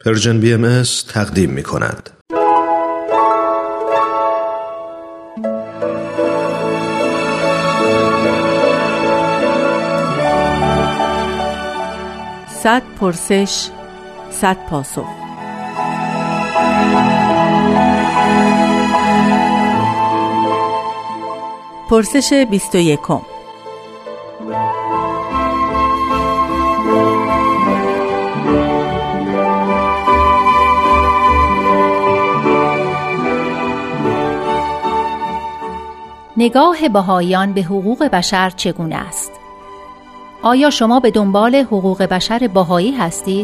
پرژن BMS تقدیم می کند. صد پرسش، صد پاسخ. پرسش 21. نگاه بهائیان به حقوق بشر چگونه است؟ آیا شما به دنبال حقوق بشر بهایی هستید؟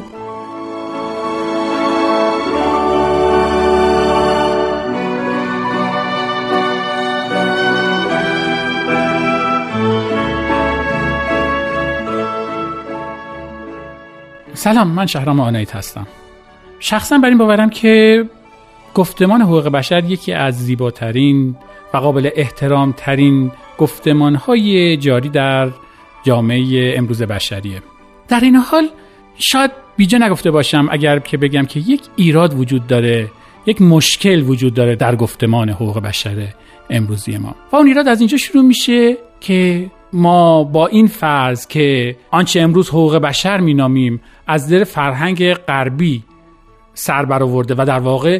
سلام، من شهرام آنایت هستم. شخصا بر این باورم که گفتمان حقوق بشر یکی از زیباترین و قابل احترام ترین گفتمان‌های جاری در جامعه امروز بشریه. در این حال شاید بیجا نگفته باشم اگر که بگم که یک ایراد وجود داره، یک مشکل وجود داره در گفتمان حقوق بشر امروزی ما. و اون ایراد از اینجا شروع میشه که ما با این فرض که آنچه امروز حقوق بشر مینامیم از در فرهنگ غربی سر برآورده و در واقع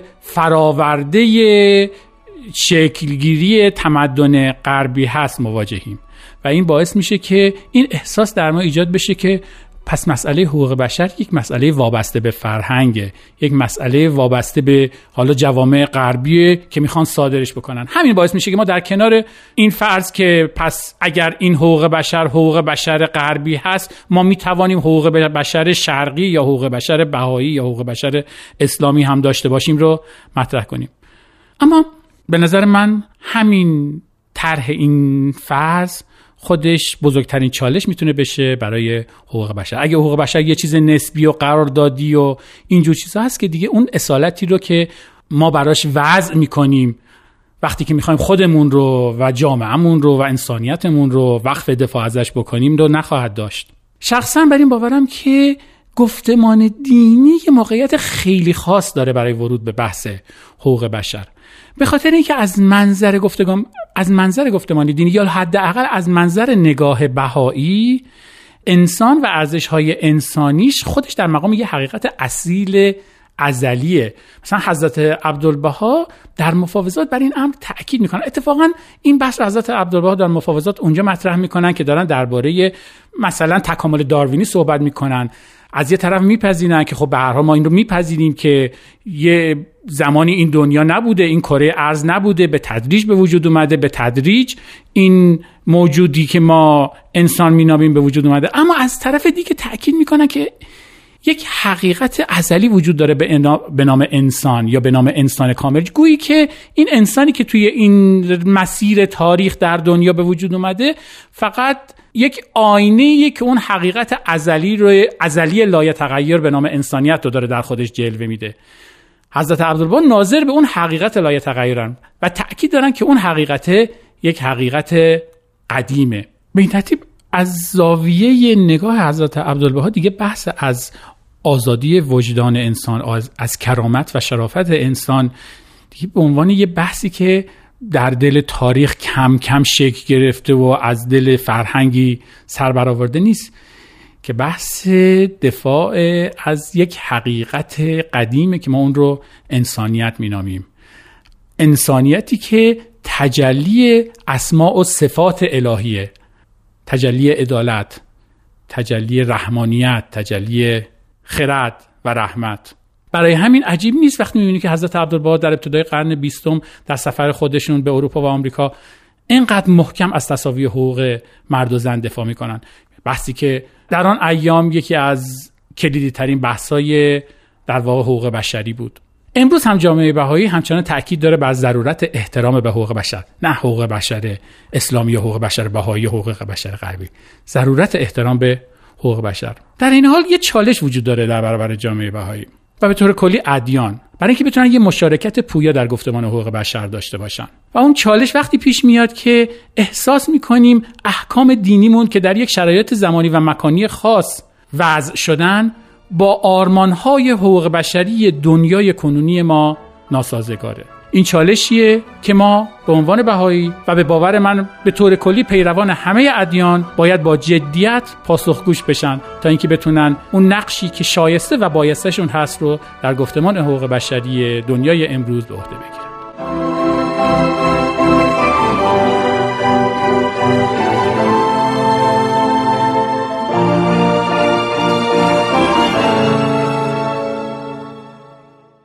فراورده شکلگیری تمدن غربی هست مواجهیم و این باعث میشه که این احساس در ما ایجاد بشه که پس مسئله حقوق بشر یک مسئله وابسته به فرهنگه، یک مسئله وابسته به حالا جوامع غربیه که میخوان صادرش بکنن. همین باعث میشه که ما در کنار این فرض که پس اگر این حقوق بشر غربی هست، ما میتوانیم حقوق بشر شرقی یا حقوق بشر بهایی یا حقوق بشر اسلامی هم داشته باشیم رو مطرح کنیم. اما به نظر من همین طرح این فرض خودش بزرگترین چالش میتونه بشه برای حقوق بشر. اگه حقوق بشر یه چیز نسبی و قراردادی و اینجور چیزا هست که دیگه اون اصالتی رو که ما براش وضع میکنیم وقتی که میخوایم خودمون رو و جامعهمون رو و انسانیتمون رو وقف دفاع ازش بکنیم رو نخواهد داشت. شخصا بر این باورم که گفتمان دینی یه موقعیت خیلی خاص داره برای ورود به بحث حقوق بشر، به خاطر اینکه از منظر گفتمان دینی یا حداقل از منظر نگاه بهایی، انسان و ارزش‌های انسانیش خودش در مقام یه حقیقت اصیل ازلیه. مثلا حضرت عبدالبها در مفاوضات بر این امر تأکید میکنن. اتفاقا این بحث حضرت عبدالبها در مفاوضات اونجا مطرح میکنن که دارن درباره مثلا تکامل داروینی صحبت میکنن. از یه طرف میپذیرن که خب به هر حال ما این رو میپذیریم که یه زمانی این دنیا نبوده، این کره ارض نبوده، به تدریج به وجود اومده، به تدریج این موجودی که ما انسان مینامیم به وجود اومده. اما از طرف دیگه تأکید میکنن که یک حقیقت ازلی وجود داره به نام انسان یا به نام انسان کامل، گویی که این انسانی که توی این مسیر تاریخ در دنیا به وجود اومده فقط یک آینه‌ایه که اون حقیقت ازلی لایتغیر به نام انسانیت رو داره در خودش جلوه میده. حضرت عبدالبها ناظر به اون حقیقت لایتغیرن و تأکید دارن که اون حقیقت یک حقیقت قدیمه. به این ترتیب از زاویه نگاه حضرت عبدالبها دیگه بحث از آزادی وجدان انسان، از کرامت و شرافت انسان دیگه به عنوان یه بحثی که در دل تاریخ کم کم شکل گرفته و از دل فرهنگی سر برآورده نیست، که بحث دفاع از یک حقیقت قدیمه که ما اون رو انسانیت مینامیم. انسانیتی که تجلی اسماء و صفات الهیه، تجلی عدالت، تجلی رحمانیت، تجلی خرد و رحمت. برای همین عجیب نیست وقتی می‌بینی که حضرت عبدالبها در ابتدای قرن 20 در سفر خودشون به اروپا و آمریکا اینقدر محکم از تساوی حقوق مرد و زن دفاع میکنن. بحثی که در آن ایام یکی از کلیدی ترین بحث‌های در واقع حقوق بشری بود. امروز هم جامعه بهایی همچنان تاکید داره بر ضرورت احترام به حقوق بشر، نه حقوق بشر اسلامی یا حقوق بشر بهایی یا حقوق بشر غربی، ضرورت احترام به حقوق بشر. در این حال یه چالش وجود داره در برابر جامعه بهایی و به طور کلی ادیان، برای اینکه بتونن یه مشارکت پویا در گفتمان حقوق بشر داشته باشن. و اون چالش وقتی پیش میاد که احساس میکنیم احکام دینیمون که در یک شرایط زمانی و مکانی خاص وضع شدن با آرمان‌های حقوق بشری دنیای کنونی ما ناسازگاره. این چالشیه که ما به عنوان بهایی و به باور من به طور کلی پیروان همه ادیان باید با جدیت پاسخگوش بشن تا اینکه بتونن اون نقشی که شایسته و بایستشون هست رو در گفتمان حقوق بشری دنیای امروز به عهده بگیرن.